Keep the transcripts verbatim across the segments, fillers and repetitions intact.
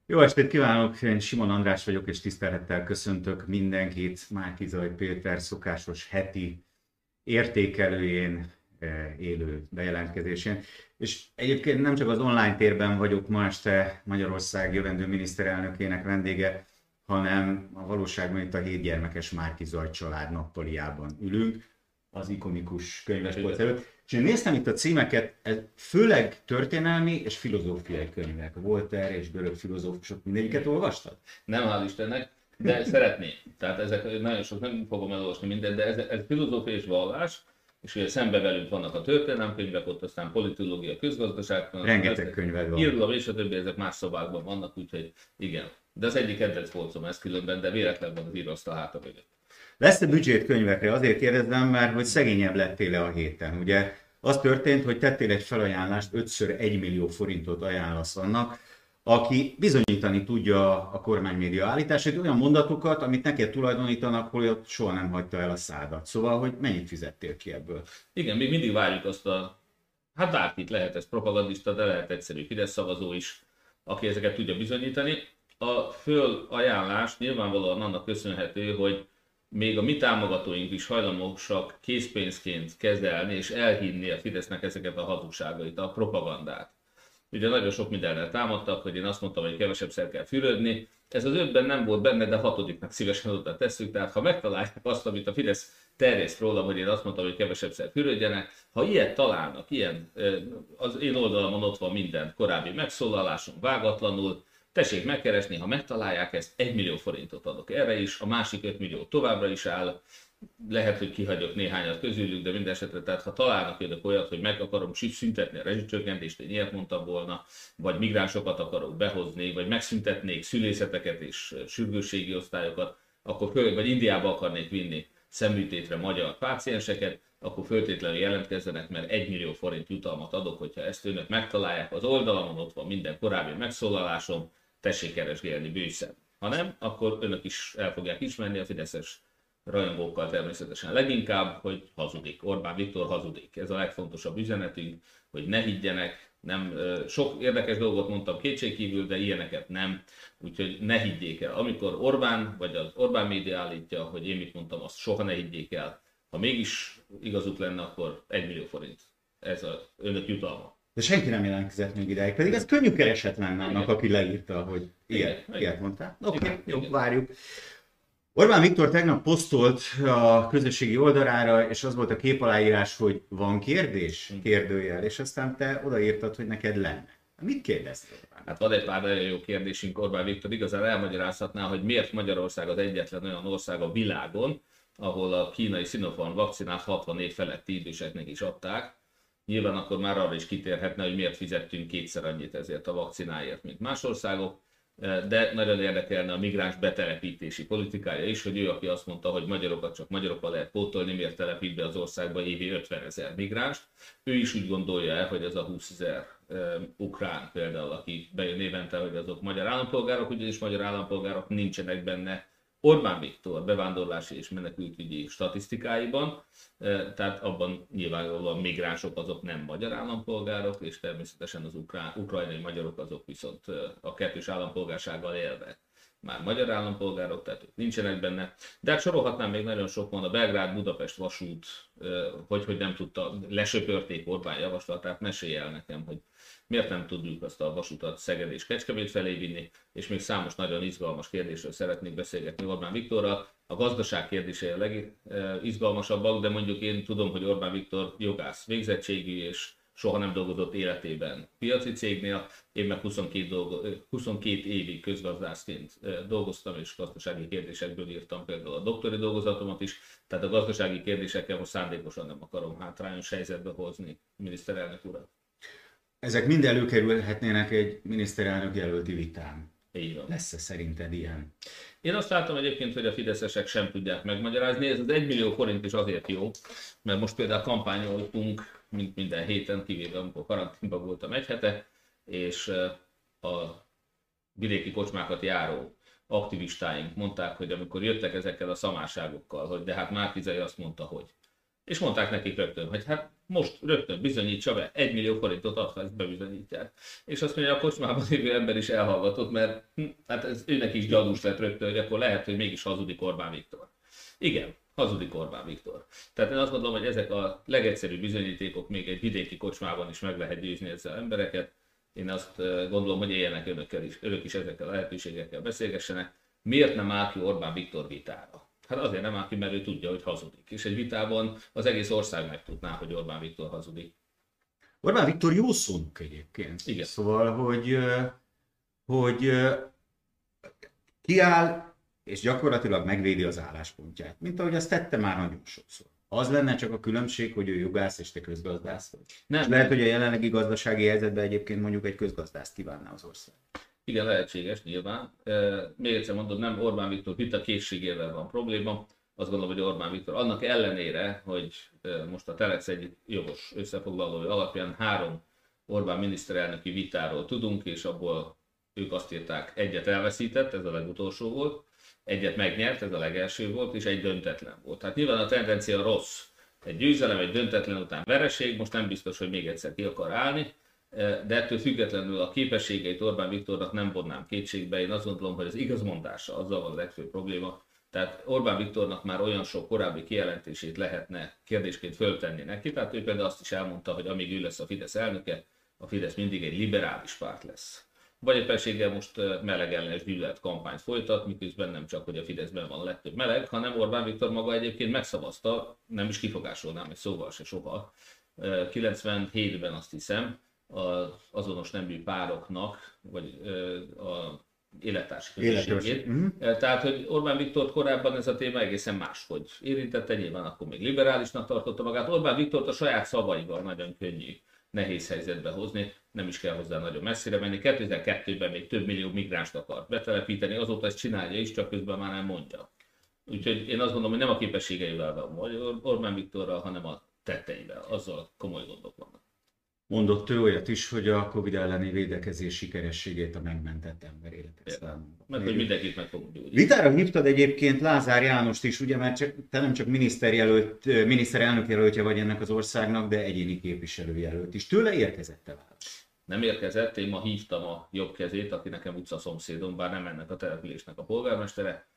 Jó estét kívánok, én Simon András vagyok, és tisztelettel köszöntök mindenkit Márki-Zay Péter szokásos heti értékelőjén, eh, élő bejelentkezésén. És egyébként nem csak az online térben vagyok ma este Magyarország jövendő miniszterelnökének vendége, hanem a valóságban itt a hét gyermekes Márki-Zay család nappaliában ülünk, az ikonikus könyvespolc előtt. És én néztem itt a címeket, ez főleg történelmi és filozófiai könyvek. Voltaire és görög filozófusok, mindegyiket olvastad? Nem, hál' Istennek, de szeretném. Tehát ezek nagyon sok, nem fogom elolvasni mindent, de ez, ez filozófia és vallás, és ugye szembe velünk vannak a történelemkönyvek, ott aztán politológia, közgazdaság. Rengeteg könyved van. Irodalom és a többi, ezek más szobákban vannak, úgyhogy igen. De az egyik kedvenc polcom ez különben, de véletlenül van az írasztal háta mögött. Lesz-e büdzsét könyvekre? Azért kérdezem, mert hogy szegényebb lettél a héten. Ugye az történt, hogy tettél egy felajánlást, ötször egy millió forintot ajánlasz annak, aki bizonyítani tudja a kormánymédia állításait, olyan mondatokat, amit neked tulajdonítanak, hogy ott soha nem hagyta el a szádat. Szóval, hogy mennyit fizettél ki ebből? Igen, még mindig várjuk azt a... Hát bárkit lehet, ez propagandista, de lehet egyszerű Fidesz szavazó is, aki ezeket tudja bizonyítani. A fölajánlás nyilvánvalóan annak köszönhető, hogy még a mi támogatóink is hajlamosak készpénzként kezelni és elhinni a Fidesznek ezeket a hazugságait, a propagandát. Ugye nagyon sok mindennel támadtak, hogy én azt mondtam, hogy kevesebbszer kell fürödni. Ez az ötben nem volt benne, de hatodiknak szívesen oda tesszük. Tehát ha megtalálják azt, amit a Fidesz terjeszt rólam, hogy én azt mondtam, hogy kevesebbszer fürödjenek, ha ilyet találnak, ilyen, az én oldalamon ott van minden korábbi megszólalásom vágatlanul, tessék megkeresni, ha megtalálják ezt, egy millió forintot adok erre is, a másik öt millió továbbra is áll, lehet, hogy kihagyok néhányat közülük, de minden esetre, tehát ha találnak önök olyat, hogy meg akarom szüntetni a rezsicsökkentést, én ilyet mondtam volna, vagy migránsokat akarok behozni, vagy megszüntetnék szülészeteket és sürgősségi osztályokat, akkor föl, vagy Indiába akarnék vinni szemműtétre magyar pácienseket, akkor föltétlenül jelentkezzenek, mert egy millió forint jutalmat adok, hogyha ezt önök megtalálják az oldalamon, ott van minden korábbi megszólalásom, tessék keresgélni bőszen. Ha nem, akkor önök is el fogják ismerni, a fideszes rajongókkal természetesen leginkább, hogy hazudik. Orbán Viktor hazudik. Ez a legfontosabb üzenetünk, hogy ne higgyenek. Nem, sok érdekes dolgot mondtam kétségkívül, de ilyeneket nem. Úgyhogy ne higgyék el. Amikor Orbán, vagy az Orbán média állítja, hogy én mit mondtam, azt soha ne higgyék el. Ha mégis igazuk lenne, akkor egy millió forint. Ez az önök jutalma. De senki nem jelentkezett még ideig, pedig ez könnyű kereset lenne annak, aki leírta, hogy ilyet, Igen, ilyet mondtál. Oké, igen, okay, jó, igen. várjuk. Orbán Viktor tegnap posztolt a közösségi oldalára, és az volt a képaláírás, hogy van kérdés? Kérdőjel, és aztán te odaírtad, hogy neked lenne. Mit kérdeztél? Hát van egy pár nagyon jó kérdésünk. Orbán Viktor igazán elmagyarázhatná, hogy miért Magyarország az egyetlen olyan ország a világon, ahol a kínai Sinopharm vakcinát hatvan év feletti időseknek is adták. Nyilván akkor már arra is kitérhetne, hogy miért fizettünk kétszer annyit ezért a vakcináért, mint más országok. De nagyon érdekelne a migráns betelepítési politikája is, hogy ő, aki azt mondta, hogy magyarokat csak magyarokkal lehet pótolni, miért telepít be az országba évi ötvenezer migránst. Ő is úgy gondolja el, hogy ez a húszezer uh, ukrán például, aki bejön évente, hogy azok magyar állampolgárok, ugyanis magyar állampolgárok nincsenek benne Orbán Viktor bevándorlási és menekültügyi statisztikáiban, tehát abban nyilvánvalóan migránsok azok nem magyar állampolgárok, és természetesen az ukrán, ukrajnai magyarok azok viszont a kettős állampolgársággal élve már magyar állampolgárok, tehát ők nincsenek benne. De hát sorolhatnám, még nagyon sok van, a Belgrád-Budapest vasút, hogy, hogy nem tudta, lesöpörték Orbán javaslatát, mesélj el nekem, hogy miért nem tudjuk azt a vasutat Szeged és Kecskemét felé vinni, és még számos nagyon izgalmas kérdésről szeretnék beszélgetni Orbán Viktorral. A gazdaság kérdései a legizgalmasabbak, de mondjuk én tudom, hogy Orbán Viktor jogász végzettségű, és soha nem dolgozott életében piaci cégnél, én meg huszonkét, dolgo, huszonkét évig közgazdászként dolgoztam, és gazdasági kérdésekből írtam például a doktori dolgozatomat is, tehát a gazdasági kérdésekkel most szándékosan nem akarom hátrányos helyzetbe hozni miniszterelnök urat. Ezek mind előkerülhetnének egy miniszterelnök jelölti vitán. Így van. Lesz-e szerinted ilyen? Én azt látom egyébként, hogy a fideszesek sem tudják megmagyarázni. Ez az egy millió forint is azért jó, mert most például kampányoltunk, mint minden héten, kivéve amikor karanténban voltam egy hete, és a vidéki kocsmákat járó aktivistáink mondták, hogy amikor jöttek ezekkel a szamárságokkal, hogy de hát Márki-Zay azt mondta, hogy És mondták nekik rögtön, hogy hát most rögtön bizonyítsa be, egy millió forintot ad, ha ezt bebizonyítják. És azt mondja, a kocsmában lévő ember is elhallgatott, mert hm, hát ez őnek is gyanús lett rögtön, hogy akkor lehet, hogy mégis hazudik Orbán Viktor. Igen, hazudik Orbán Viktor. Tehát én azt gondolom, hogy ezek a legegyszerűbb bizonyítékok, még egy vidéki kocsmában is meg lehet győzni ezzel embereket. Én azt gondolom, hogy éljenek önökkel is, önök is ezekkel a lehetőségekkel beszélgessenek. Miért nem áll ki Orbán Viktor vitára? Hát azért nem áll ki, mert ő tudja, hogy hazudik. És egy vitában az egész ország megtudná, hogy Orbán Viktor hazudik. Orbán Viktor jó szónok egyébként. Igen. Szóval, hogy, hogy kiáll, és gyakorlatilag megvédi az álláspontját. Mint ahogy azt tette már nagyon sokszor. Az lenne csak a különbség, hogy ő jogász és te közgazdász vagy. Nem, és lehet, hogy a jelenlegi gazdasági helyzetben egyébként mondjuk egy közgazdászt kívánná az ország. Igen, lehetséges, nyilván. Még egyszer mondom, nem Orbán Viktor vita készségével van probléma. Azt gondolom, hogy Orbán Viktor annak ellenére, hogy most a Telex egyik jogos összefoglalója alapján három Orbán miniszterelnöki vitáról tudunk, és abból ők azt írták, egyet elveszített, ez a legutolsó volt, egyet megnyert, ez a legelső volt, és egy döntetlen volt. Tehát nyilván a tendencia rossz. Egy győzelem, egy döntetlen után vereség, most nem biztos, hogy még egyszer ki akar állni, de ettől függetlenül a képességeit Orbán Viktornak nem vonnám kétségbe. Én azt gondolom, hogy az igazmondása azzal van a legfőbb probléma. Tehát Orbán Viktornak már olyan sok korábbi kijelentését lehetne kérdésként föltenni neki. Tehát ő például azt is elmondta, hogy amíg ő lesz a Fidesz elnöke, a Fidesz mindig egy liberális párt lesz. Vagy éppenséggel most meleg ellenes gyűlölet kampányt folytat, miközben nem csak, hogy a Fideszben van a legtöbb meleg, hanem Orbán Viktor maga egyébként megszavazta, nem is kifogásolnám egy szóval se soha, kilencvenhétben azt hiszem, az azonos nemű pároknak, vagy a élettársi közösségét. Mm. Tehát, hogy Orbán Viktort korábban ez a téma egészen máshogy érintette, nyilván akkor még liberálisnak tartotta magát. Orbán Viktort a saját szavaival nagyon könnyű, nehéz helyzetbe hozni, nem is kell hozzá nagyon messzire menni. kétezer-kettőben még több millió migránst akart betelepíteni, azóta ezt csinálja is, csak közben már nem mondja. Úgyhogy én azt gondolom, hogy nem a képességeivel van Orbán Viktorral, hanem a tetteivel. Azzal komoly gondok vannak. Mondott ő olyat is, hogy a Covid elleni védekezés sikerességét a megmentett ember életet. Mert hogy mindenkit meg fogunk gyógyítani. Vitára hívtad egyébként Lázár Jánost is, ugye, mert csak, te nem csak miniszterjelölt, miniszterelnök jelöltje vagy ennek az országnak, de egyéni képviselőjelölt is. Tőle érkezett-e válasz? Nem érkezett, én ma hívtam a jobb kezét, aki nekem utca szomszédom, bár nem ennek a településnek a polgármestere.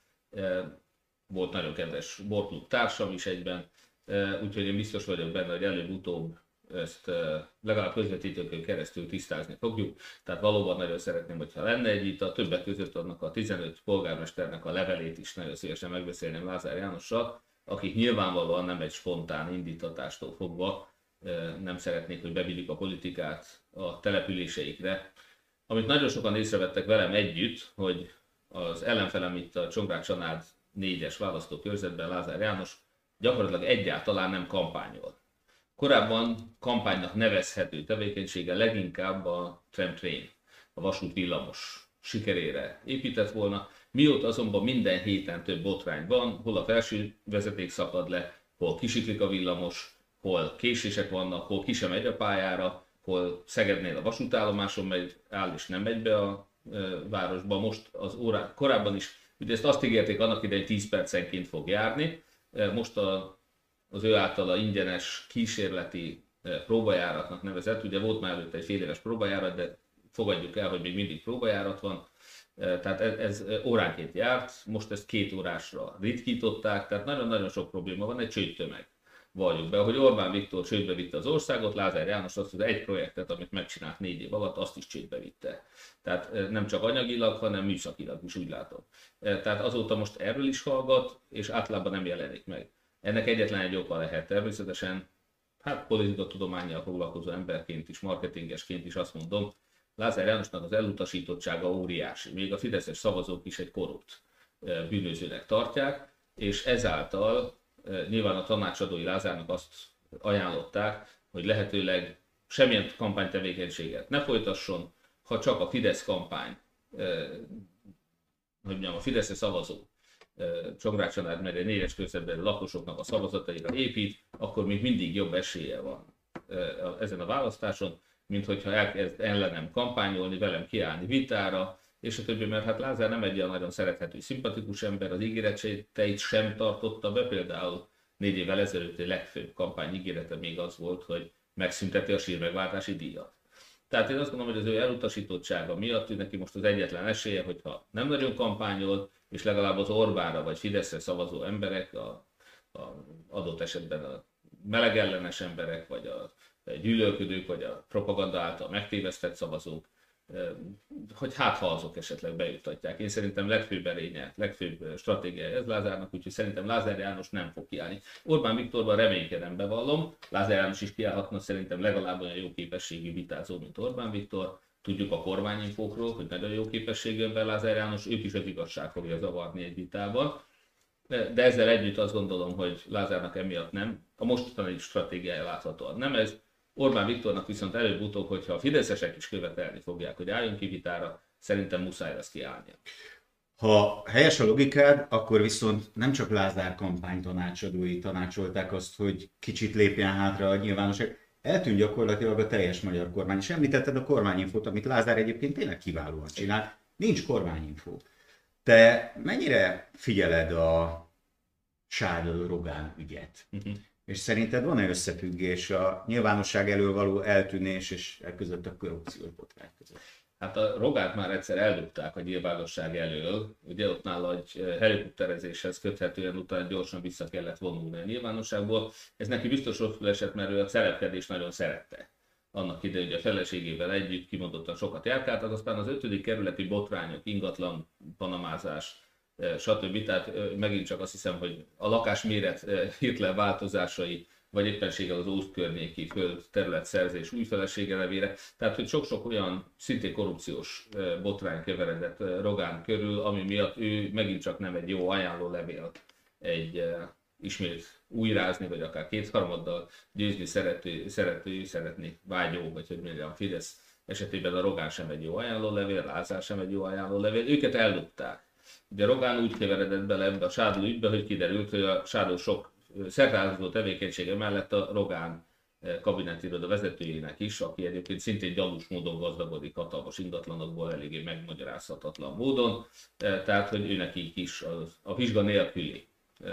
Volt nagyon kedves borklub társam is egyben, úgyhogy én biztos vagyok benne, hogy előbb-utóbb ezt legalább közvetítőkön keresztül tisztázni fogjuk. Tehát valóban nagyon szeretném, hogyha lenne egy itt, a többek között annak a tizenöt polgármesternek a levelét is nagyon szívesen megbeszélném Lázár Jánossal, akik nyilvánvalóan nem egy spontán indítatástól fogva nem szeretnék, hogy bevigyük a politikát a településeikre. Amit nagyon sokan észrevettek velem együtt, hogy az ellenfelem itt a Csongrád-Csanád négyes választókörzetben, Lázár János gyakorlatilag egyáltalán nem kampányol. Korábban kampánynak nevezhető tevékenysége leginkább a tram-train, a vasút villamos sikerére épített volna. Mióta azonban minden héten több botrány van, hol a felső vezeték szakad le, hol kisiklik a villamos, hol késések vannak, hol ki sem megy a pályára, hol Szegednél a vasútállomáson megy, áll és nem megy be a e, városba. Most az órá, korábban is, ugye ezt azt ígérték annak idején, tíz percenként fog járni, e, most a az ő általa ingyenes kísérleti próbajáratnak nevezett, ugye volt már előtt egy fél éves próbajárat, de fogadjuk el, hogy még mindig próbajárat van, tehát ez, ez óránként járt, most ezt két órásra ritkították, tehát nagyon-nagyon sok probléma van, egy csődtömeg. Valljuk be, hogy Orbán Viktor csődbe vitte az országot, Lázár János azt, hogy egy projektet, amit megcsinált négy év alatt, azt is csődbe vitte. Tehát nem csak anyagilag, hanem műszakilag is, úgy látom. Tehát azóta most erről is hallgat, és általában nem jelenik meg. Ennek egyetlen egy oka lehet természetesen, hát politikatudománnyal foglalkozó emberként is, marketingesként is azt mondom, Lázár Jánosnak az elutasítottsága óriási, még a fideszes szavazók is egy korrupt bűnözőnek tartják, és ezáltal nyilván a tanácsadói Lázárnak azt ajánlották, hogy lehetőleg semmilyen kampánytevékenységet ne folytasson, ha csak a Fidesz kampány, hogy mondjam, a fideszes szavazó Csongrád-Csanád megye négyes körzetben lakosoknak a szavazataira épít, akkor még mindig jobb esélye van ezen a választáson, mint hogyha elkezd ellenem kampányolni, velem kiállni vitára, és a többi, mert hát Lázár nem egy olyan nagyon szerethető, szimpatikus ember, az ígéreteit sem tartotta be, például négy évvel ezelőtti legfőbb kampány ígérete még az volt, hogy megszünteti a sírmegváltási díjat. Tehát én azt gondolom, hogy az ő elutasítottsága miatt ő neki most az egyetlen esélye, hogyha nem nagyon kampányol, és legalább az Orbánra vagy Fideszre szavazó emberek, a, a adott esetben a melegellenes emberek, vagy a gyűlölködők, vagy a propaganda által megtévesztett szavazók, hogy hát ha azok esetleg bejuttatják. Én szerintem legfőbb erénye, legfőbb stratégiája ez Lázárnak, úgyhogy szerintem Lázár János nem fog kiállni. Orbán Viktorban reménykedem, bevallom, Lázár János is kiállhatna szerintem legalább olyan jó képességű vitázó, mint Orbán Viktor. Tudjuk a kormányinfókról, hogy nagyon jó képességű ember Lázár János, ők is az igazság fogja zavarni egy vitában. De ezzel együtt azt gondolom, hogy Lázárnak emiatt nem. A mostani stratégiája láthatóan nem ez. Orbán Viktornak viszont előbb-utóbb, hogyha a fideszesek is követelni fogják, hogy álljon ki vitára, szerintem muszáj lesz kiállnia. Ha helyes a logikád, akkor viszont nem csak Lázár kampány tanácsadói tanácsolták azt, hogy kicsit lépjen hátra a nyilvánosság, eltűnt gyakorlatilag a teljes magyar kormány. És említetted a kormányinfót, amit Lázár egyébként tényleg kiválóan csinál. Nincs kormányinfó. Te mennyire figyeled a Sádl-Rogán ügyet? Uh-huh. És szerinted van-e összefüggés a nyilvánosság elől való eltűnés és e között a korrupciós botrány között? Hát a Rogánt már egyszer eldobták a nyilvánosság elől, ugye ott nála egy helikopterezéshez köthetően utána gyorsan vissza kellett vonulni a nyilvánosságból. Ez neki biztos rosszul esett, mert ő a szerepkedést nagyon szerette. Annak idején, hogy a feleségével együtt kimondottan sokat járkáltak, aztán az ötödik kerületi botrányok, ingatlan panamázás, stb. Tehát megint csak azt hiszem, hogy a lakásméret hirtelen változásai, vagy éppenséggel az Ózd környéki föld területszerzés új felesége nevére. Tehát, hogy sok-sok olyan szintén korrupciós botrány keveredett Rogán körül, ami miatt ő megint csak nem egy jó ajánlólevél egy ismét újrázni, vagy akár kétharmaddal győzni szerető, szerető, szeretni vágyó, vagy hogy mondjam, Fidesz esetében a Rogán sem egy jó ajánlólevél, Lázár sem egy jó ajánlólevél, őket eldobták. Ugye Rogán úgy keveredett bele ebbe a Sádl ügybe, hogy kiderült, hogy a Sádl sok szerteágazó tevékenysége mellett a Rogán kabinetiroda vezetőjének is, aki egyébként szintén gyanús módon gazdagodik hatalmas ingatlanokból, eléggé megmagyarázhatatlan módon, tehát hogy őnek így is a, a vizsga nélküli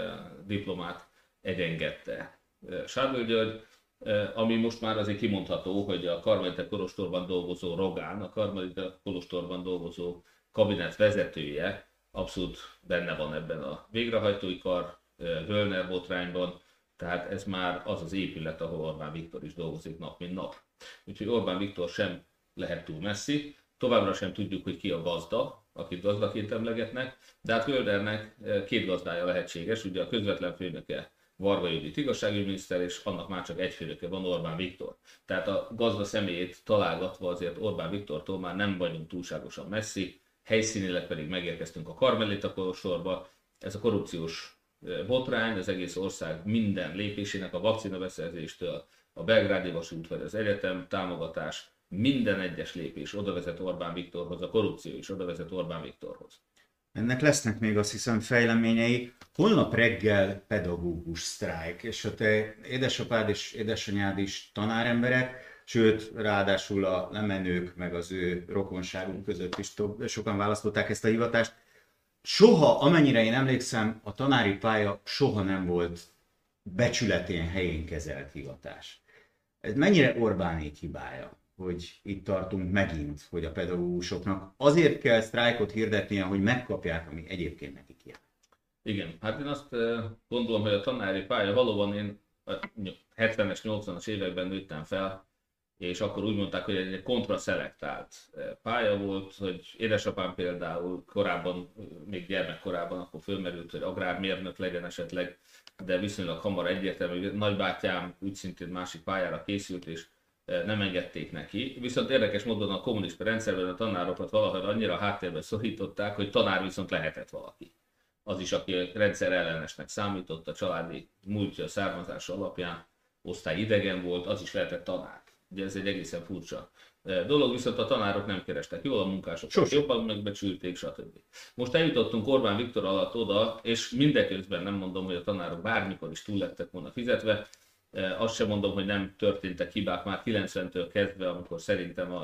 diplomát egyengedte Sádl György, ami most már azért kimondható, hogy a Karmelite kolostorban dolgozó Rogán, a Karmelite kolostorban dolgozó kabinet vezetője abszolút benne van ebben a végrehajtói kar, Völner botrányban, tehát ez már az az épület, ahol Orbán Viktor is dolgozik nap mint nap. Úgyhogy Orbán Viktor sem lehet túl messzi, továbbra sem tudjuk, hogy ki a gazda, akit gazdaként emlegetnek, de hát Völnernek két gazdája lehetséges, ugye a közvetlen főnöke Varga Judit igazságügyminiszter, és annak már csak egy főnöke van, Orbán Viktor. Tehát a gazda személyét találgatva azért Orbán Viktortól már nem vagyunk túlságosan messzi, helyszínileg pedig megérkeztünk a Karmelita kolostorba. Ez a korrupciós botrány az egész ország minden lépésének, a vakcinabeszerzéstől, a belgrádi vasút vagy az egyetem támogatás, minden egyes lépés oda vezet Orbán Viktorhoz, a korrupció is oda vezet Orbán Viktorhoz. Ennek lesznek még azt hiszem fejleményei. Holnap reggel pedagógus sztrájk, és a te édesapád és édesanyád is tanáremberek, sőt, ráadásul a lemenők, meg az ő rokonságunk között is sokan választották ezt a hivatást. Soha, amennyire én emlékszem, a tanári pálya soha nem volt becsületén helyén kezelt hivatás. Ez mennyire Orbánék hibája, hogy itt tartunk megint, hogy a pedagógusoknak azért kell sztrájkot hirdetnie, hogy megkapják, ami egyébként nekik jár. Igen, hát én azt gondolom, hogy a tanári pálya valóban én a hetvenes, nyolcvanas években nőttem fel, és akkor úgy mondták, hogy egy kontraszelektált pálya volt, hogy édesapám például korábban, még gyermekkorában akkor fölmerült, hogy agrármérnök legyen esetleg, de viszonylag hamar egyértelmű, hogy nagybátyám úgy szintén másik pályára készült, és nem engedték neki. Viszont érdekes módon a kommunista rendszerben a tanárokat valahogy annyira háttérbe szorították, hogy tanár viszont lehetett valaki. Az is, aki rendszer ellenesnek számított, a családi múltja, származása alapján osztály idegen volt, az is lehetett tanár. Ugye ez egy egészen furcsa dolog, viszont a tanárok nem kerestek jól, a munkásokat Sosem. jobban megbecsülték, stb. Most eljutottunk Orbán Viktor alatt oda, és mindeközben nem mondom, hogy a tanárok bármikor is túl lettek volna fizetve, azt sem mondom, hogy nem történtek hibák már kilencventől kezdve, amikor szerintem a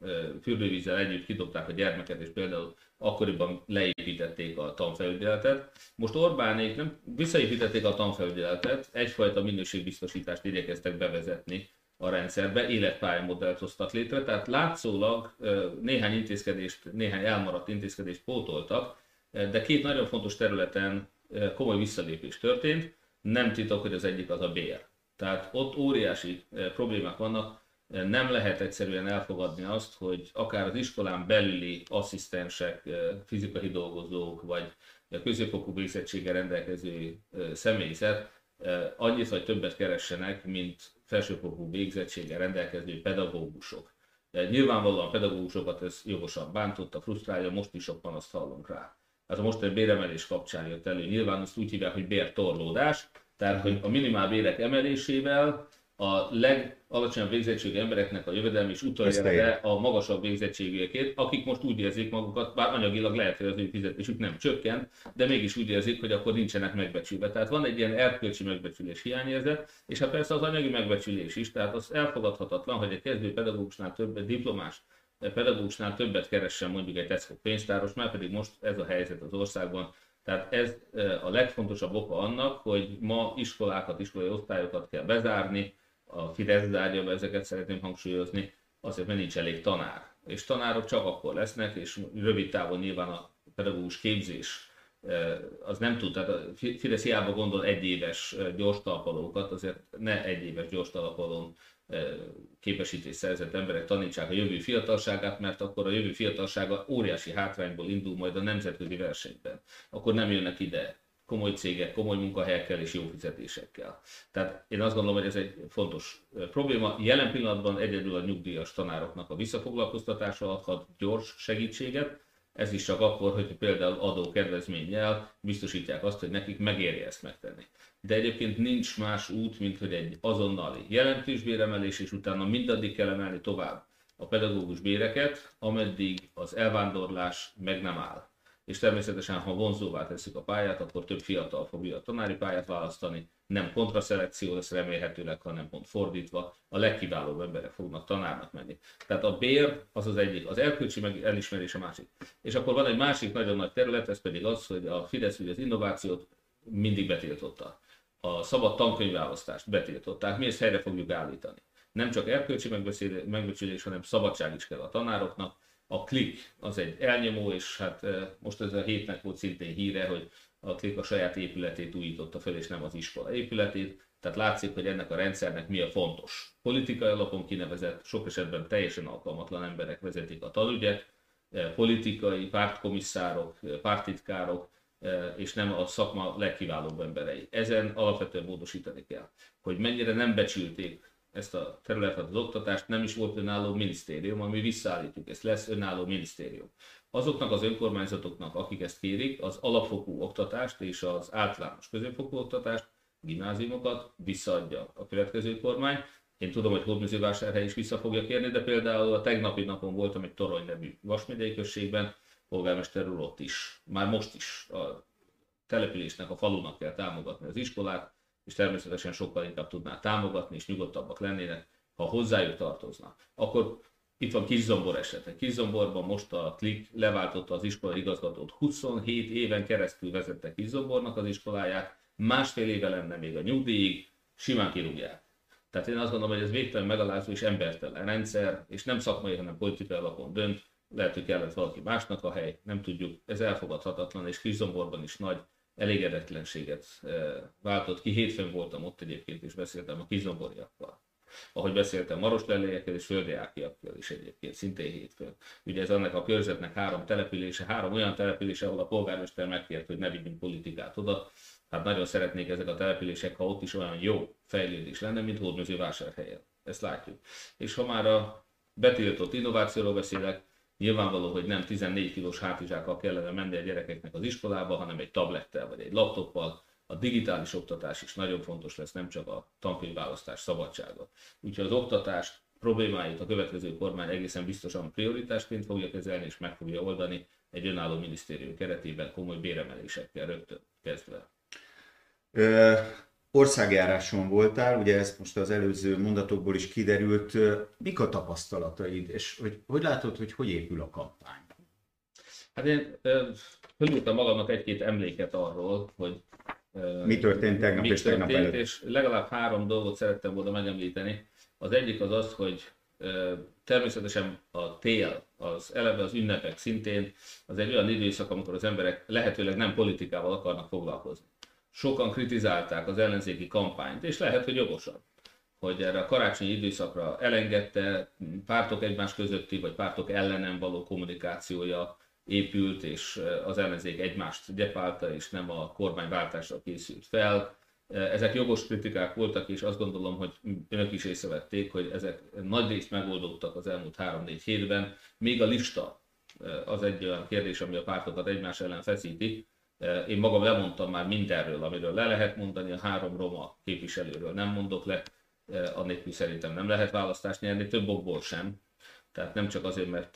fürdővízzel együtt kidobták a gyermeket, és például akkoriban leépítették a tanfelügyeletet. Most Orbánék nem visszaépítették a tanfelügyeletet, egyfajta minőségbiztosítást igyekeztek bevezetni a rendszerbe, életpályamodellt hoztak létre, tehát látszólag néhány intézkedést, néhány elmaradt intézkedést pótoltak, de két nagyon fontos területen komoly visszalépés történt. Nem titok, hogy az egyik az a bér. Tehát ott óriási problémák vannak, nem lehet egyszerűen elfogadni azt, hogy akár az iskolán belüli asszisztensek, fizikai dolgozók, vagy középfokú végzettséggel rendelkező személyzet annyit vagy többet keressenek, mint felsőfokú végzettséggel rendelkező pedagógusok. Nyilvánvalóan a pedagógusokat ez jogosan bántotta, frusztrálja, most is sok panaszt hallunk rá. Hát a mostani béremelés kapcsán jött elő. Nyilván azt úgy hívják, hogy bértorlódás, tehát hogy a minimál bérek emelésével a legalacsonyabb végzettségű embereknek a jövedelmi is utalja le a magasabb végzettségűekét, akik most úgy érzik magukat, bár anyagilag lehet, hogy az ő fizetésük nem csökkent, de mégis úgy érzik, hogy akkor nincsenek megbecsülve. Tehát van egy ilyen erkölcsi megbecsülés hiányérzet, és hát persze az anyagi megbecsülés is, tehát az elfogadhatatlan, hogy egy kezdő pedagógusnál több diplomás pedagógusnál többet keressen mondjuk egy Tesco pénztáros, már pedig most ez a helyzet az országban. Tehát ez a legfontosabb oka annak, hogy ma iskolákat, iskolai osztályokat kell bezárni, a Fidesz zárja be, ezeket szeretném hangsúlyozni, azért mert nincs elég tanár. És tanárok csak akkor lesznek, és rövid távon nyilván a pedagógus képzés az nem tud, tehát a Fidesz hiába gondol egyéves gyors talpalókat, azért ne egyéves gyors talpalón képesítés szerzett emberek tanítsák a jövő fiatalságát, mert akkor a jövő fiatalsága óriási hátrányból indul majd a nemzetközi versenyben. Akkor nem jönnek ide komoly cégek, komoly munkahelyekkel és jó fizetésekkel. Tehát én azt gondolom, hogy ez egy fontos probléma. Jelen pillanatban egyedül a nyugdíjas tanároknak a visszafoglalkoztatása adhat gyors segítséget. Ez is csak akkor, hogy például adókedvezménnyel biztosítják azt, hogy nekik megéri ezt megtenni. De egyébként nincs más út, mint hogy egy azonnali jelentős béremelés, és utána mindaddig kell emelni tovább a pedagógus béreket, ameddig az elvándorlás meg nem áll. És természetesen, ha vonzóvá tesszük a pályát, akkor több fiatal fogja a tanári pályát választani, nem kontraszelekció lesz remélhetőleg, hanem pont fordítva, a legkiválóbb emberek fognak tanárnak menni. Tehát a bér az az egyik, az erkölcsi meg elismerés a másik. És akkor van egy másik nagyon nagy terület, ez pedig az, hogy a Fidesz ugye az innovációt mindig betiltotta. A szabad tankönyvválasztást betiltották, mi ezt helyre fogjuk állítani. Nem csak erkölcsi megbecsülés, hanem szabadság is kell a tanároknak. A klik az egy elnyomó, és hát most ez a hétnek volt szintén híre, hogy a klik a saját épületét újította fel, és nem az iskola épületét. Tehát látszik, hogy ennek a rendszernek mi a fontos. Politikai alapon kinevezett, sok esetben teljesen alkalmatlan emberek vezetik a tanügyet, politikai, pártkomisszárok, pártitkárok, és nem a szakma legkiválóbb emberei. Ezen alapvetően módosítani kell. Hogy mennyire nem becsülték ezt a területet, az oktatást, nem is volt önálló minisztérium, ami visszaállítjuk, ez lesz önálló minisztérium. Azoknak az önkormányzatoknak, akik ezt kérik, az alapfokú oktatást és az általános középfokú oktatást, gimnáziumokat visszaadja a következő kormány. Én tudom, hogy Hódmezővásárhely is vissza fogja kérni, de például a tegnapi napon voltam egy Torony nevű vasmegyei községben, polgármester úr ott is, már most is a településnek, a falunak kell támogatni az iskolát, és természetesen sokkal inkább tudná támogatni, és nyugodtabbak lennének, ha hozzájuk tartozna. Akkor itt van Kiszombor esete. Kiszomborban most a klik leváltotta az iskola igazgatót. huszonhét éven keresztül vezette Kiszombornak az iskoláját, másfél éve lenne még a nyugdíjig, simán kirúgják. Tehát én azt gondolom, hogy ez végtelen megalázó és embertelen rendszer, és nem szakmai, hanem politikai alapon dönt. Lehet, hogy kellett valaki másnak a hely, nem tudjuk, ez elfogadhatatlan, és Kiszomborban is nagy elégedetlenséget váltott ki. Hétfőn voltam ott egyébként, és beszéltem a kizomboriakkal. Ahogy beszéltem maroslelejekkel és földdiákiakkal is egyébként, szintén hétfőn. Ugye ez annak a körzetnek három települése, három olyan települése, ahol a polgármester megkért, hogy ne vigyünk politikát oda. Hát nagyon szeretnék ezek a települések, ha ott is olyan jó fejlődés lenne, mint Hódmezővásárhelyen. Ezt látjuk. És ha már a betiltott innovációról beszélek, nyilvánvaló, hogy nem tizennégy kilós hátizsákkal kellene menni a gyerekeknek az iskolába, hanem egy tablettel vagy egy laptoppal. A digitális oktatás is nagyon fontos lesz, nem csak a tankönyvválasztás szabadsága. Úgyhogy az oktatás problémáit a következő kormány egészen biztosan prioritásként fogja kezelni és meg fogja oldani egy önálló minisztérium keretében komoly béremelésekkel rögtön kezdve. országjáráson voltál, ugye ez most az előző mondatokból is kiderült. Mik a tapasztalataid, és hogy, hogy látod, hogy hogy épül a kampány? Hát én fölültem magamnak egy-két emléket arról, hogy mi történt tegnap és tegnap előtt. És legalább három dolgot szerettem volna megemlíteni. Az egyik az az, hogy természetesen a tél, az eleve az ünnepek szintén, az egy olyan időszak, amikor az emberek lehetőleg nem politikával akarnak foglalkozni. Sokan kritizálták az ellenzéki kampányt, és lehet, hogy jogosan, hogy erre a karácsonyi időszakra elengedte, pártok egymás közötti, vagy pártok ellenem való kommunikációja épült, és az ellenzék egymást gyepálta, és nem a kormányváltásra készült fel. Ezek jogos kritikák voltak, és azt gondolom, hogy önök is észrevették, hogy ezek nagyrészt megoldódtak az elmúlt három-négy hétben. Még a lista az egy olyan kérdés, ami a pártokat egymás ellen feszíti. Én magam lemondtam már mindenről, amiről le lehet mondani, a három roma képviselőről nem mondok le, annélkül szerintem nem lehet választást nyerni, több okból sem. Tehát nem csak azért, mert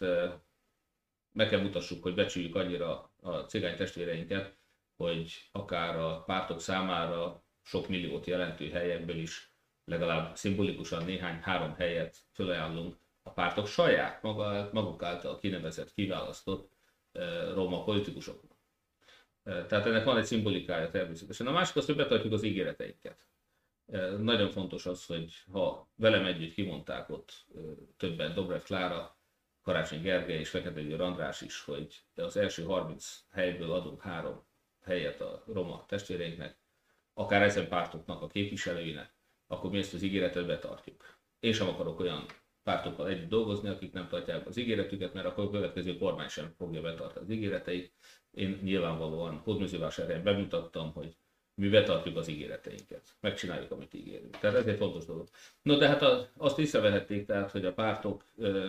meg kell mutassuk, hogy becsüljük annyira a cigány testvéreinket, hogy akár a pártok számára sok milliót jelentő helyekből is legalább szimbolikusan néhány három helyet felajánlunk a pártok saját maga, maguk által kinevezett, kiválasztott roma politikusoknak. Tehát ennek van egy szimbolikája természetesen. A másik az, hogy betartjuk az ígéreteinket. Nagyon fontos az, hogy ha velem együtt kimondták ott többen, Dobrev Klára, Karácsony Gergely és Fekete Győr András is, hogy az első harminc helyből adunk három helyet a roma testvéreinknek, akár ezen pártoknak a képviselőinek, akkor mi ezt az ígéretet betartjuk. Én sem akarok olyan pártokkal együtt dolgozni, akik nem tartják az ígéretüket, mert akkor a következő kormány sem fogja betartani az ígéreteit. Én nyilvánvalóan Hódmezővásárhelyen bemutattam, hogy mi betartjuk az ígéreteinket. Megcsináljuk, amit ígérünk. Tehát ez egy fontos dolog. No, de hát azt észrevehették, tehát, hogy a pártok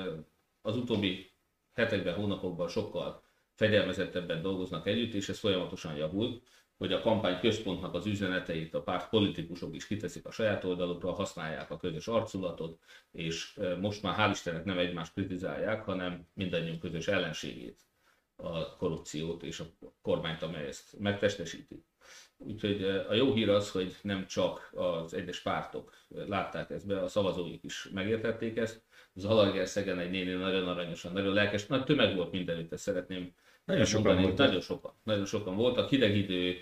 az utóbbi hetekben, hónapokban sokkal fegyelmezettebben dolgoznak együtt, és ez folyamatosan javul, hogy a kampány központnak az üzeneteit a párt politikusok is kiteszik a saját oldalukra, használják a közös arculatot, és most már hál' Istennek nem egymást kritizálják, hanem mindannyiunk közös ellenségét, a korrupciót és a kormányt, amely ezt megtestesíti. Úgyhogy a jó hír az, hogy nem csak az egyes pártok látták ezt be, a szavazóik is megértették ezt. Zalaegerszegen egy néni nagyon aranyosan, nagyon lelkes, nagy tömeg volt mindenütt, ezt szeretném nagyon sokan mondani. voltak. Nagyon sokan, nagyon sokan voltak. Hideg idő,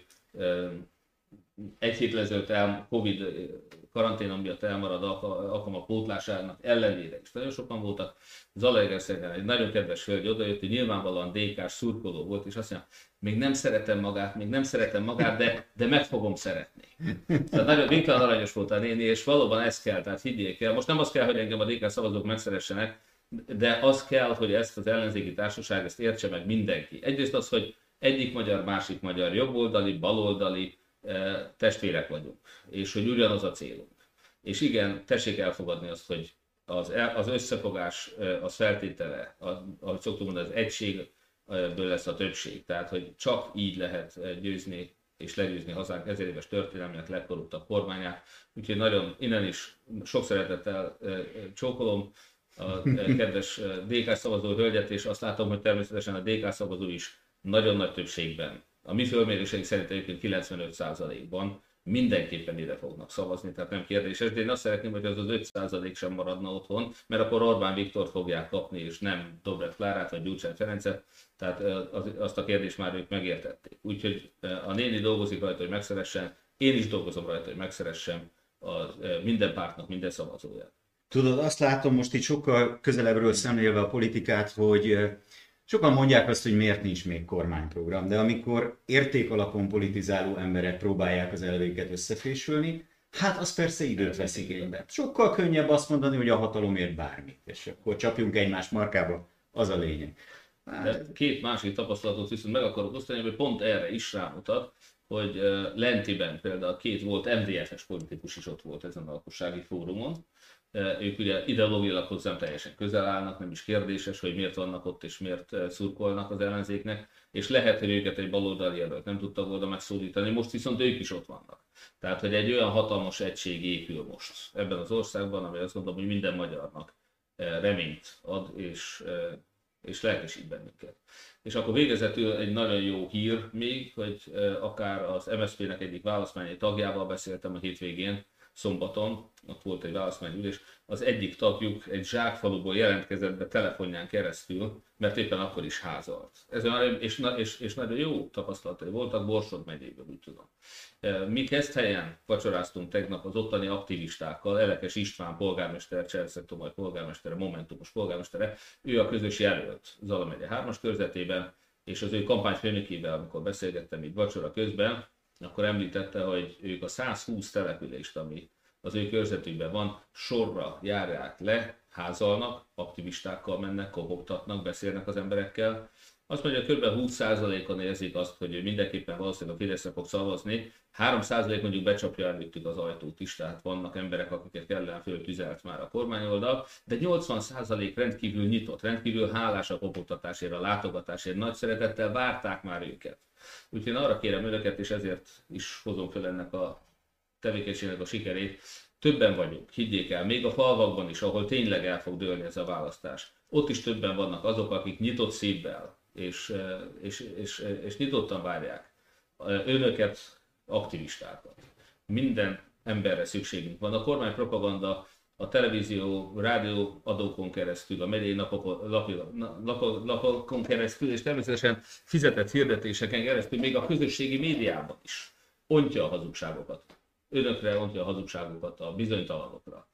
egy hét ezelőtt el, Covid karantén miatt elmarad alkalmak pótlásának ellenére is nagyon sokan voltak. Zalaegerszegen egy nagyon kedves hölgy odajött, hogy nyilvánvalóan dé ká-s szurkoló volt, és azt mondja, még nem szeretem magát, még nem szeretem magát, de, de meg fogom szeretni. Tehát nagyon végtelen aranyos volt a néni, és valóban ez kell, tehát higgyék el. Most nem az kell, hogy engem a dé ká szavazók megszeressenek, de az kell, hogy ezt az ellenzéki társaság, ezt értse meg mindenki. Egyrészt az, hogy egyik magyar, másik magyar, jobboldali, baloldali testvérek vagyunk, és hogy ugyanaz a célunk. És igen, tessék elfogadni azt, hogy az, az összefogás az feltétele, ahogy szoktuk mondani, az egységből lesz a többség. Tehát, hogy csak így lehet győzni és legyőzni hazánk ezer éves történelmének legkorruptabb kormányát. Úgyhogy nagyon innen is sok szeretettel csókolom a kedves dé ká szavazó hölgyet, és azt látom, hogy természetesen a dé ká szavazó is nagyon nagy többségben, a mi fölméréseink szerint egyébként kilencvenöt százalékban mindenképpen ide fognak szavazni, tehát nem kérdéses, de én azt szeretném, hogy az az öt százalék sem maradna otthon, mert akkor Orbán Viktort fogják kapni, és nem Dobrev Klárát vagy Gyurcsány Ferencet, tehát az, azt a kérdést már ők megértették. Úgyhogy a néni dolgozik rajta, hogy megszeressen, én is dolgozom rajta, hogy megszeressem a, minden pártnak minden szavazóját. Tudod, azt látom most itt sokkal közelebbről szemlélve a politikát, hogy sokan mondják azt, hogy miért nincs még kormányprogram, de amikor értékalapon politizáló emberek próbálják az elveiket összefésülni, hát az persze időt vesz igénybe. Sokkal könnyebb azt mondani, hogy a hatalomért bármit, és akkor csapjunk egymás markába, az a lényeg. Hát... De két másik tapasztalatot viszont meg akarok osztani, hogy pont erre is rámutat, hogy Lentiben például két volt em dé ef-es politikus is ott volt ezen a lakossági fórumon. Ők ugye ideológiailag hozzám teljesen közel állnak, nem is kérdéses, hogy miért vannak ott és miért szurkolnak az ellenzéknek, és lehet, hogy őket egy baloldali jelölt nem tudta volna megszólítani, most viszont ők is ott vannak. Tehát, hogy egy olyan hatalmas egység épül most ebben az országban, amely azt gondolom, hogy minden magyarnak reményt ad és, és lelkesít bennünket. És akkor végezetül egy nagyon jó hír még, hogy akár az em es zé pé-nek egyik választmányi tagjával beszéltem a hétvégén, szombaton, ott volt egy választmányülés, az egyik tagjuk egy zsákfaluból jelentkezett be telefonján keresztül, mert éppen akkor is házolt. Ez, és, és, és nagyon jó tapasztalatai voltak Borsod megyéből, úgy tudom. Mi Keszthelyen vacsoráztunk tegnap az ottani aktivistákkal, Elekes István polgármester, Cselszeg-Tomaj polgármestere, Momentumos polgármestere, ő a közös jelölt Zala megye hármas körzetében, és az ő kampányfőnökével, amikor beszélgettem így vacsora közben, akkor említette, hogy ők a száz húsz települést, ami az ő körzetükben van, sorra járják le, házalnak, aktivistákkal mennek, kopogtatnak, beszélnek az emberekkel. Azt mondja, hogy kb. húsz százalékon érzik azt, hogy ő mindenképpen valószínűleg a Fideszre fog szavazni. három százalék mondjuk becsapja előttük az ajtót is, tehát vannak emberek, akiket kellene föltüzelt már a kormányoldal, de nyolcvan százalék rendkívül nyitott, rendkívül hálás a kopogtatásért, a látogatásért, nagy szeretettel várták már őket. Úgyhogy én arra kérem önöket, és ezért is hozom fel ennek a tevékenységnek a sikerét, többen vagyunk, higgyék el, még a falvakban is, ahol tényleg el fog dőlni ez a választás. Ott is többen vannak azok, akik nyitott szívvel és, és, és, és nyitottan várják önöket, aktivistákat. Minden emberre szükségünk van. A kormánypropaganda a televízió, rádió adókon keresztül, a megyei napokon, lapok, lapokon keresztül, és természetesen fizetett hirdetéseken keresztül, még a közösségi médiában is ontja a hazugságokat. Önökre ontja a hazugságokat a bizonytalanokra.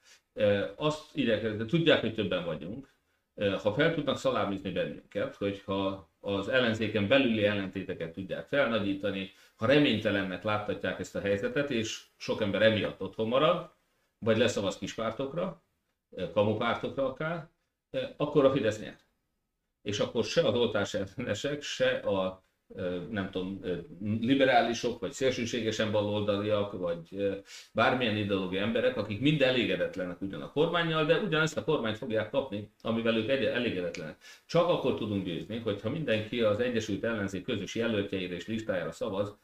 Azt igyekezni, tudják, hogy többen vagyunk, ha fel tudnak szalámizni bennünket, hogyha az ellenzéken belüli ellentéteket tudják felnagyítani, ha reménytelennek láttatják ezt a helyzetet, és sok ember emiatt otthon marad, vagy leszavaz kispártokra, kamupártokra akár, akkor a Fidesz nyer. És akkor se az oltás ellenesek, se a nem tudom, liberálisok, vagy szélsőségesen baloldaliak, vagy bármilyen ideológiai emberek, akik mind elégedetlenek ugyan a kormánnyal, de ugyanezt a kormányt fogják kapni, amivel ők elégedetlenek. Csak akkor tudunk győzni, hogyha mindenki az Egyesült Ellenzék közös jelöltjeire és listájára szavaz,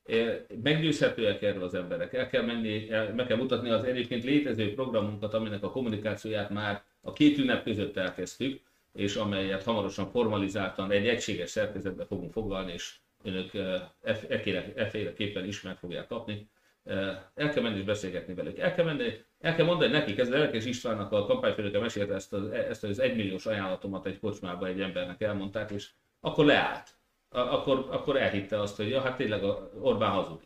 meggyőzhetőek erről az emberek. El kell menni, el, meg kell mutatni az egyébként létező programunkat, aminek a kommunikációját már a két ünnep között elkezdtük, és amelyet hamarosan formalizáltan egy egységes szerkezetbe fogunk foglalni, és önök efféleképpen is meg fogják kapni. El kell menni és beszélgetni velük. El kell, menni, el kell mondani nekik, ez Elekes Istvánnak a kampányfőnöke mesélte ezt az, ezt az egymilliós ajánlatomat egy kocsmába egy embernek elmondták, és akkor leállt. Akkor, akkor elhitte azt, hogy ja, hát tényleg a Orbán hazudik.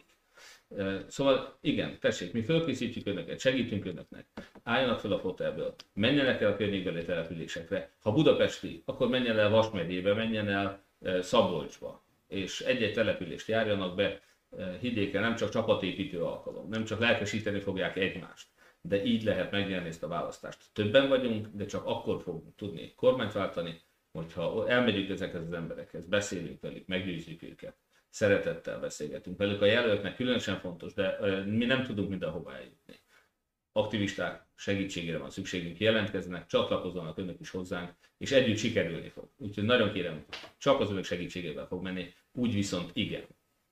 Szóval igen, tessék, mi fölkészítjük önöket, segítünk önöknek, álljanak fel a fotelből, menjenek el a környékbeli településekre, ha budapesti, akkor menjen el Vas megyébe, menjen el Szabolcsba, és egy-egy települést járjanak be, higgyék el, nem csak csapatépítő alkalom, nem csak lelkesíteni fogják egymást, de így lehet megnyerni ezt a választást. Többen vagyunk, de csak akkor fogunk tudni kormányt váltani, hogyha elmegyünk ezekhez az emberekhez, beszélünk velük, meggyőzzük őket. Szeretettel beszélgetünk velük. A jelöltnek különösen fontos, de mi nem tudunk mindenhová eljutni. Aktivisták segítségére van szükségünk, jelentkeznek, csatlakozzanak önök is hozzánk, és együtt sikerülni fog. Úgyhogy nagyon kérem, csak az önök segítségével fog menni, úgy viszont igen.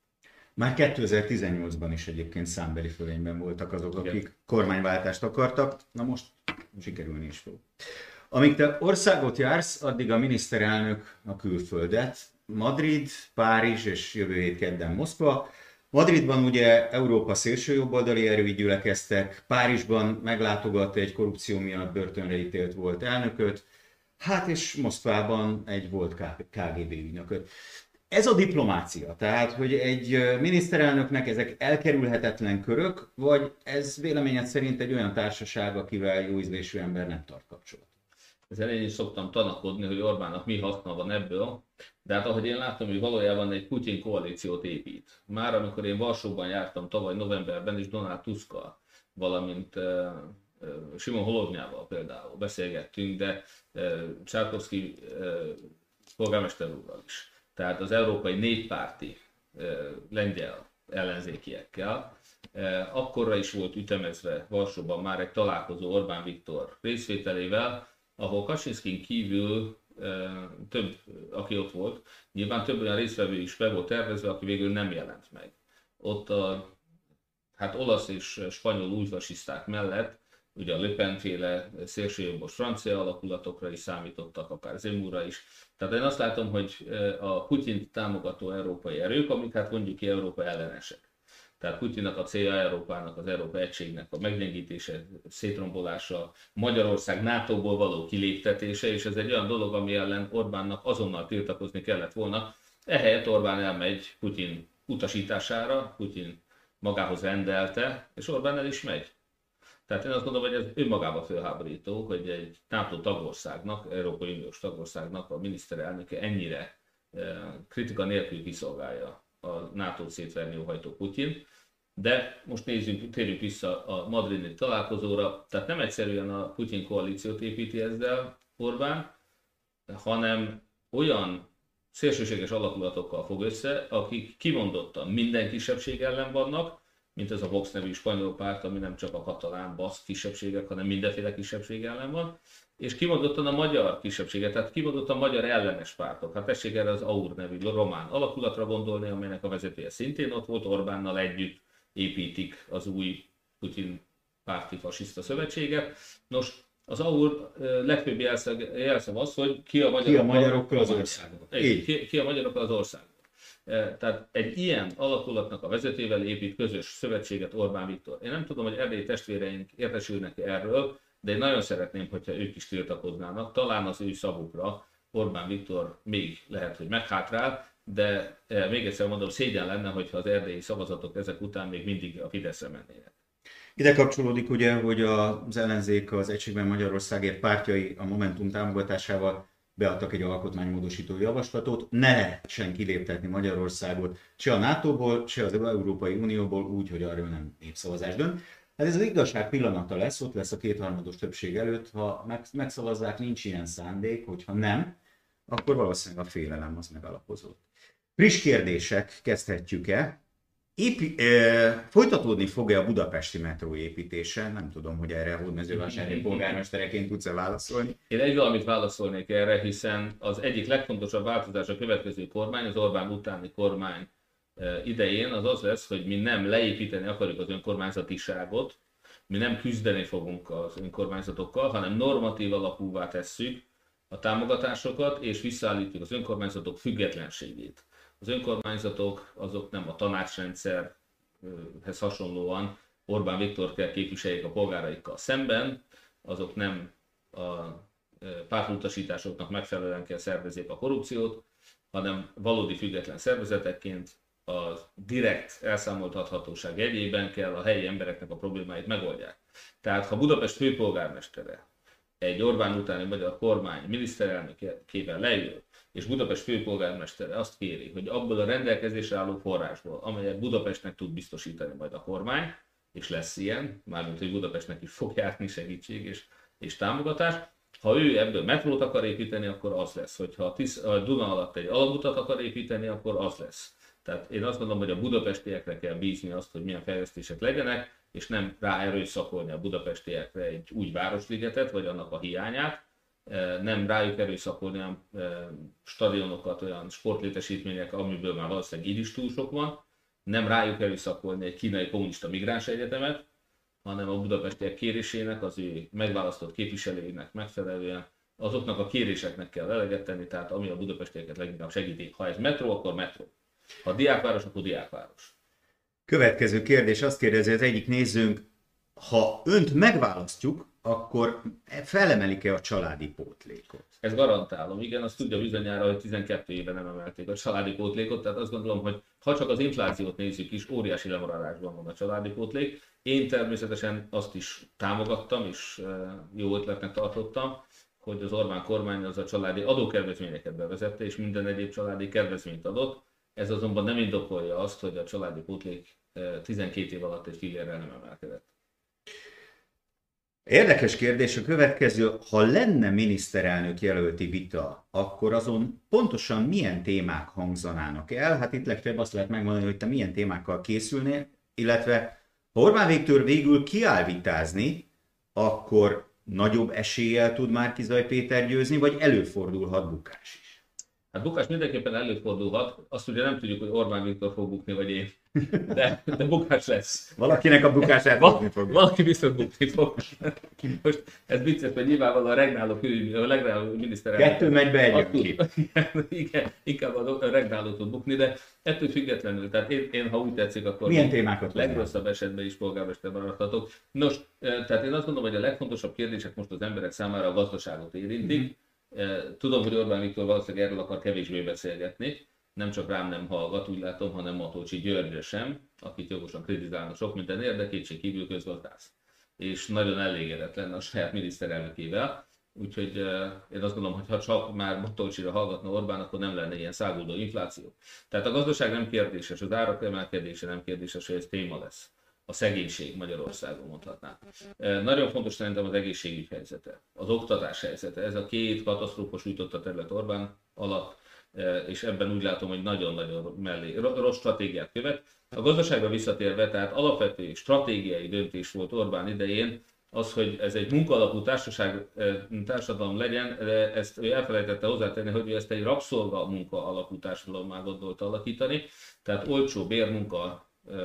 Már kétezer-tizennyolcban is egyébként számbeli fölényben voltak azok, akik igen. kormányváltást akartak, na most sikerülni is fog. Amíg te országot jársz, addig a miniszterelnök a külföldet, Madrid, Párizs és jövő hét kedden Moszkva. Madridban ugye Európa szélsőjobboldali erői gyülekeztek, Párizsban meglátogatta egy korrupció miatt börtönre ítélt volt elnököt, hát és Moszkvában egy volt ká gé bé ügynököt. Ez a diplomácia, tehát hogy egy miniszterelnöknek ezek elkerülhetetlen körök, vagy ez véleményed szerint egy olyan társaság, akivel jó ízlésű ember nem tart kapcsolatot? Ez elején is szoktam tanakodni, hogy Orbánnak mi haszna van ebből, de hát ahogy én látom, hogy valójában egy Putyin koalíciót épít. Már amikor én Varsóban jártam tavaly novemberben is Donald Tuskkal, valamint uh, uh, Simon Holovnyával például beszélgettünk, de uh, Csárkovszky uh, polgármester úrral is. Tehát az Európai Néppárti uh, lengyel ellenzékiekkel. Uh, akkorra is volt ütemezve Varsóban már egy találkozó Orbán Viktor részvételével, ahol Kaczynszkin kívül e, több, aki ott volt, nyilván több olyan résztvevő is be volt tervezve, aki végül nem jelent meg. Ott a hát olasz és spanyol újfasiszták mellett ugye a Le Pen-féle szélsőjobbos francia alakulatokra is számítottak, akár Zemmourra is. Tehát én azt látom, hogy a Putyint támogató európai erők, amik hát mondjuk ki Európa ellenesek. Tehát Putyinnak a célja Európának, az Európa egységnek a meggyengítése, szétrombolása, Magyarország nátóból való kiléptetése, és ez egy olyan dolog, ami ellen Orbánnak azonnal tiltakozni kellett volna. Ehelyett Orbán elmegy Putyin utasítására, Putyin magához rendelte, és Orbán el is megy. Tehát én azt mondom, hogy ez önmagában fölháborító, hogy egy NATO tagországnak, Európai Uniós tagországnak a miniszterelnöke ennyire kritika nélkül kiszolgálja a NATO-t szétverni óhajtó Putyin. De most nézzünk, térjünk vissza a madridi találkozóra. Tehát nem egyszerűen a Putyin koalíciót építi ezzel Orbán, hanem olyan szélsőséges alakulatokkal fog össze, akik kimondottan minden kisebbség ellen vannak, mint ez a Vox nevű spanyol párt, ami nem csak a katalán, baszk kisebbségek, hanem mindenféle kisebbség ellen van, és kimondottan a magyar kisebbséget, tehát kimondottan a magyar ellenes pártok. Hát tessék erre az á u er nevű román alakulatra gondolni, amelynek a vezetője szintén ott volt, Orbánnal együtt építik az új Putyin párti fasiszta szövetséget. Nos, az á u er legfőbb jelszava az, hogy ki a magyarokkal, ki a magyarokkal az országban. Ki, ki a magyarokkal az országban. Tehát egy ilyen alakulatnak a vezetővel épít közös szövetséget Orbán Viktor. Én nem tudom, hogy erdélyi testvéreink értesülnek erről, de én nagyon szeretném, hogyha ők is tiltakoznának. Talán az ő szavukra Orbán Viktor még lehet, hogy meghátrál, de még egyszer mondom, szégyen lenne, hogyha az erdélyi szavazatok ezek után még mindig a Fideszre mennének. Ide kapcsolódik ugye, hogy az ellenzék, az Egységben Magyarországért pártjai a Momentum támogatásával beadtak egy alkotmánymódosító javaslatot, ne lehessen kiléptetni Magyarországot se a nátóból, se az Európai Unióból úgy, hogy arról nem népszavazás dönt. Hát ez az igazság pillanata lesz, ott lesz a kétharmados többség előtt, ha megszavazzák, nincs ilyen szándék, hogyha nem, akkor valószínűleg a félelem az megalapozott. Friss kérdések, kezdhetjük-e? Épi, e, folytatódni fog-e a budapesti metró építése? Nem tudom, hogy erre a Hódmezővásárhely polgármestereként tudsz-e válaszolni. Én egy valamit válaszolnék erre, hiszen az egyik legfontosabb változás a következő kormány, az Orbán utáni kormány idején az az lesz, hogy mi nem leépíteni akarjuk az önkormányzatiságot, mi nem küzdeni fogunk az önkormányzatokkal, hanem normatív alapúvá tesszük a támogatásokat, és visszaállítjuk az önkormányzatok függetlenségét. Az önkormányzatok azok nem a tanácsrendszerhez hasonlóan Orbán Viktor kell képviseljék a polgáraikkal szemben, azok nem a pártutasításoknak megfelelően kell szervezzék a korrupciót, hanem valódi független szervezetekként a direkt elszámoltathatóság jegyében kell a helyi embereknek a problémáit megoldják. Tehát ha Budapest főpolgármestere egy Orbán utáni magyar kormány miniszterelnökével leül, és Budapest főpolgármestere azt kéri, hogy abból a rendelkezésre álló forrásból, amelyet Budapestnek tud biztosítani majd a kormány, és lesz ilyen, mármint hogy Budapestnek is fog járni segítség és, és támogatás, ha ő ebből metrót akar építeni, akkor az lesz. Hogyha a, Tisz, a Duna alatt egy alagutat akar építeni, akkor az lesz. Tehát én azt gondolom, hogy a budapestiekre kell bízni azt, hogy milyen fejlesztések legyenek, és nem rá erőszakolni a budapestiekre egy új városligetet, vagy annak a hiányát, nem rájuk erőszakolni olyan stadionokat, olyan sportlétesítmények, amiből már valószínűleg így is túl sok van, nem rájuk erőszakolni egy kínai kommunista migráns egyetemet, hanem a budapestiek kérésének, az ő megválasztott képviselőinek megfelelően azoknak a kéréseknek kell eleget tenni, tehát ami a budapestieket leginkább segíti. Ha ez metró, akkor metró. Ha diákváros, akkor diákváros. Következő kérdés, azt kérdezi az egyik nézőnk, ha önt megválasztjuk, akkor felemelik-e a családi pótlékot? Ez garantálom, igen, azt tudja bizonyára, hogy tizenkét éve nem emelték a családi pótlékot, tehát azt gondolom, hogy ha csak az inflációt nézzük is, óriási lemaradásban van a családi pótlék. Én természetesen azt is támogattam, és jó ötletnek tartottam, hogy az Orbán kormány az a családi adókedvezményeket bevezette, és minden egyéb családi kedvezményt adott. Ez azonban nem indokolja azt, hogy a családi pótlék tizenkét év alatt egy fillérrel nem emelkedett. Érdekes kérdés a következő, ha lenne miniszterelnök jelölti vita, akkor azon pontosan milyen témák hangzanának el? Hát itt legfeljebb azt lehet megmondani, hogy te milyen témákkal készülnél, illetve ha Orbán Viktor végül kiáll vitázni, akkor nagyobb eséllyel tud Márki-Zay Péter győzni, vagy előfordulhat bukás is? Hát bukás mindenképpen előfordulhat, azt ugye nem tudjuk, hogy Orbán Viktor fog bukni, vagy én, de, de bukás lesz. Valakinek a bukását bukni fog. Valaki biztos bukni fog. Most ez vicces, mert nyilvánvalóan a regnáló, a regnáló miniszterelnök. Kettő megy be, egy ki. Igen, inkább a regnáló tud bukni, de ettől függetlenül, tehát én, én ha úgy tetszik, akkor milyen témákat legrosszabb esetben is polgármester maradhatok. Nos, tehát én azt gondolom, hogy a legfontosabb kérdések most az emberek számára a gazdaságot érintik. Mm-hmm. Tudom, hogy Orbán Viktor valószínűleg erről akar kevésbé beszélgetni, nem csak rám nem hallgat, úgy látom, hanem Matolcsy Györgyre sem, akit jogosan kritizálnak sok mindenért, de kétség kívül közgazdász. És nagyon elégedetlen a saját miniszterelnökével, úgyhogy én azt gondolom, hogy ha csak már Matolcsyra hallgatna Orbán, akkor nem lenne ilyen száguldó infláció. Tehát a gazdaság nem kérdéses, az árak emelkedése nem kérdéses, hogy ez téma lesz. A szegénység Magyarországon mondhatnám. Nagyon fontos szerintem az egészségügy helyzete, az oktatás helyzete. Ez a két katasztrófa sújtott a terület Orbán alatt, és ebben úgy látom, hogy nagyon-nagyon mellé rossz stratégiát követ. A gazdaságra visszatérve, tehát alapvető stratégiai döntés volt Orbán idején az, hogy ez egy munkaalapú társaság, társadalom legyen, de ezt ő elfelejtette hozzátenni, hogy ő ezt egy rabszolga munka alapú társadalommá gondolta alakítani, tehát olcsó bérmunka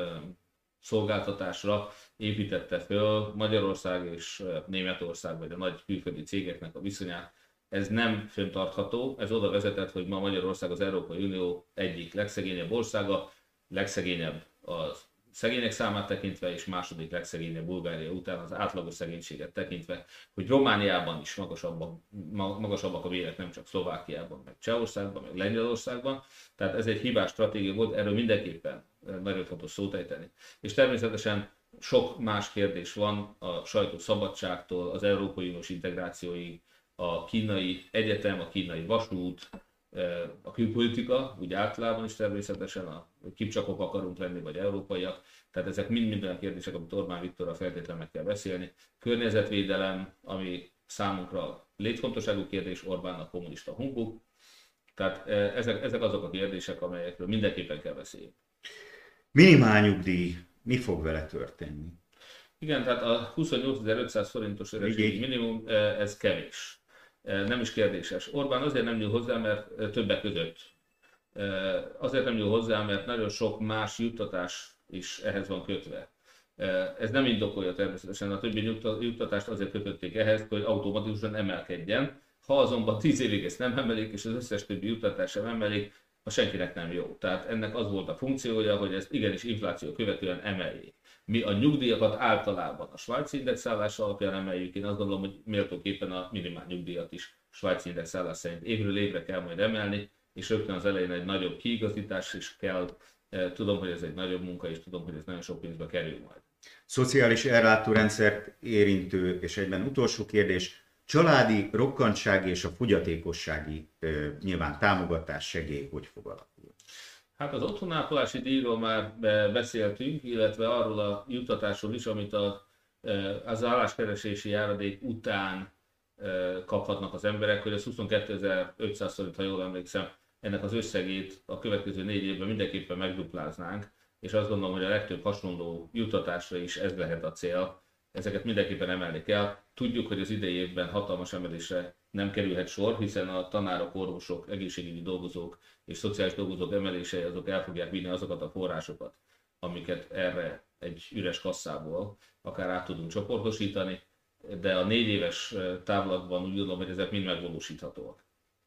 szolgáltatásra építette föl Magyarország és Németország, vagy a nagy külföldi cégeknek a viszonyát. Ez nem fenntartható, ez oda vezetett, hogy ma Magyarország az Európai Unió egyik legszegényebb országa, legszegényebb a szegények számát tekintve, és második legszegényebb Bulgária után az átlagos szegénységet tekintve, hogy Romániában is magasabbak, magasabbak a bérek, nem csak Szlovákiában, meg Csehországban, meg Lengyelországban. Tehát ez egy hibás stratégia volt, erről mindenképpen nagyon fontos szót ejteni. És természetesen sok más kérdés van, a sajtószabadságtól, az Európai Uniós integrációig, a kínai egyetem, a kínai vasút, a külpolitika, úgy általában is természetesen, a kipcsakok akarunk lenni, vagy európaiak, tehát ezek mind-mind olyan kérdések, amit Orbán Viktorral feltétlenül meg kell beszélni. Környezetvédelem, ami számunkra létfontosságú kérdés, Orbán a kommunista humbug, tehát ezek, ezek azok a kérdések, amelyekről mindenképpen kell beszélni. Minimálnyugdíj, mi fog vele történni? Igen, tehát a huszonnyolcezer-ötszáz forintos öregségi minimum, ez kevés. Nem is kérdéses. Orbán azért nem nyúl hozzá, mert többek között. Azért nem nyúl hozzá, mert nagyon sok más juttatás is ehhez van kötve. Ez nem indokolja természetesen, a többi juttatást azért kötötték ehhez, hogy automatikusan emelkedjen. Ha azonban tíz évig ezt nem emelik, és az összes többi juttatás sem emelik, az senkinek nem jó. Tehát ennek az volt a funkciója, hogy ezt igenis infláció követően emeljék. Mi a nyugdíjakat általában a svájci indexálás alapján emeljük, én azt gondolom, hogy méltóképpen a minimál nyugdíjat is svájci indexálás szerint évről évre kell majd emelni, és rögtön az elején egy nagyobb kiigazítás is kell. Tudom, hogy ez egy nagyobb munka, és tudom, hogy ez nagyon sok pénzbe kerül majd. Szociális ellátórendszert érintő, és egyben utolsó kérdés, családi rokkantsági és a fogyatékossági nyilván támogatás, segély hogy fog alakulni? Hát az otthonápolási díjról már beszéltünk, illetve arról a juttatásról is, amit a, az álláskeresési járadék után kaphatnak az emberek, hogy ez huszonkétezer-ötszáz forint, ha jól emlékszem, ennek az összegét a következő négy évben mindenképpen megdupláznánk, és azt gondolom, hogy a legtöbb hasonló juttatásra is ez lehet a cél. Ezeket mindenképpen emelni kell. Tudjuk, hogy az idei évben hatalmas emelésre nem kerülhet sor, hiszen a tanárok, orvosok, egészségügyi dolgozók és szociális dolgozók emelései azok el fogják vinni azokat a forrásokat, amiket erre egy üres kasszából akár át tudunk csoportosítani, de a négy éves távlatban úgy gondolom, hogy ezek mind megvalósíthatóak.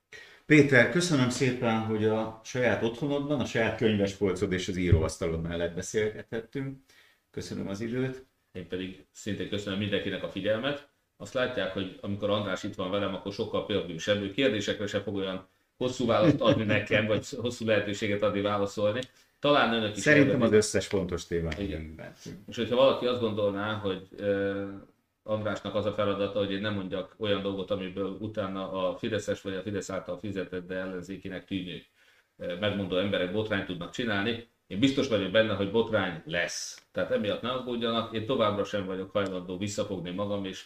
Péter, köszönöm szépen, hogy a saját otthonodban, a saját könyvespolcod és az íróasztalod mellett beszélgethettünk. Köszönöm az időt. Én pedig szintén köszönöm mindenkinek a figyelmet. Azt látják, hogy amikor András itt van velem, akkor sokkal pörgősebb. Ő kérdésekre se fog olyan hosszú választ adni nekem, vagy hosszú lehetőséget adni válaszolni. Talán önök is. Szerintem az összes fontos témát. Igen. És hogyha valaki azt gondolná, hogy Andrásnak az a feladata, hogy én nem mondjak olyan dolgot, amiből utána a fideszes vagy a Fidesz által fizetett, de ellenzékinek tűnő megmondó emberek botrányt tudnak csinálni. Én biztos vagyok benne, hogy botrány lesz. Tehát emiatt ne aggódjanak, én továbbra sem vagyok hajlandó visszafogni magam, és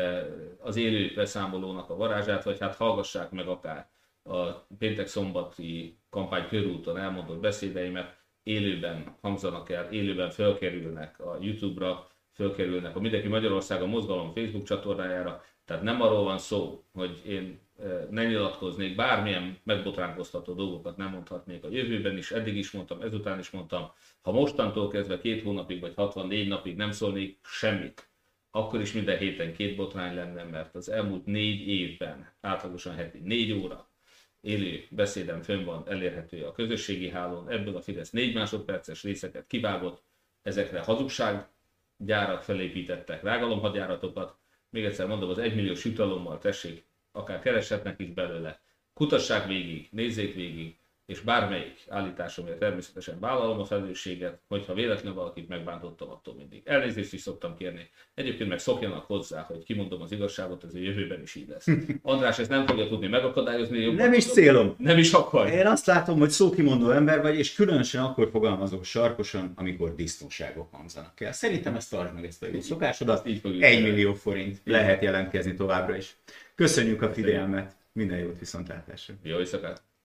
az élő beszámolónak a varázsát, vagy hát hallgassák meg akár a péntek-szombati kampány körúton elmondott beszédeimet, élőben hangzanak el, élőben felkerülnek a YouTube-ra, fölkerülnek a Mindenki Magyarország a mozgalom Facebook csatornájára, tehát nem arról van szó, hogy én ne nyilatkoznék, bármilyen megbotránkoztató dolgokat nem mondhatnék a jövőben is, eddig is mondtam, ezután is mondtam, ha mostantól kezdve két hónapig vagy hatvannégy napig nem szólnék semmit, akkor is minden héten két botrány lenne, mert az elmúlt négy évben átlagosan heti négy óra élő beszédem fönn van, elérhető a közösségi hálón, ebből a Fidesz négy másodperces részeket kivágott, ezekre hazugsággyárat felépítettek, rágalomhadjáratokat, még egyszer mondom, az egymilliós jutalommal tessék, akár kereshetnek is belőle, kutassák végig, nézzék végig, és bármelyik állításomért természetesen vállalom a felelősséget, hogyha véletlenül valakit megbántottam, attól mindig elnézést is szoktam kérni. Egyébként meg szokjanak hozzá, hogy kimondom az igazságot, ez a jövőben is így lesz. András ezt nem fogja tudni megakadályozni. Jobban Nem is célom. Nem is akar. Én azt látom, hogy szókimondó ember vagy, és különösen akkor fogalmazok sarkosan, amikor disznóságok hangzanak el. Szerintem ezt tartsd meg, ezt a jó szokásodat. Egy millió forint lehet jelentkezni továbbra is. Köszönjük a figyelmet, minden jót, viszontlátásra. Jó éjszakát!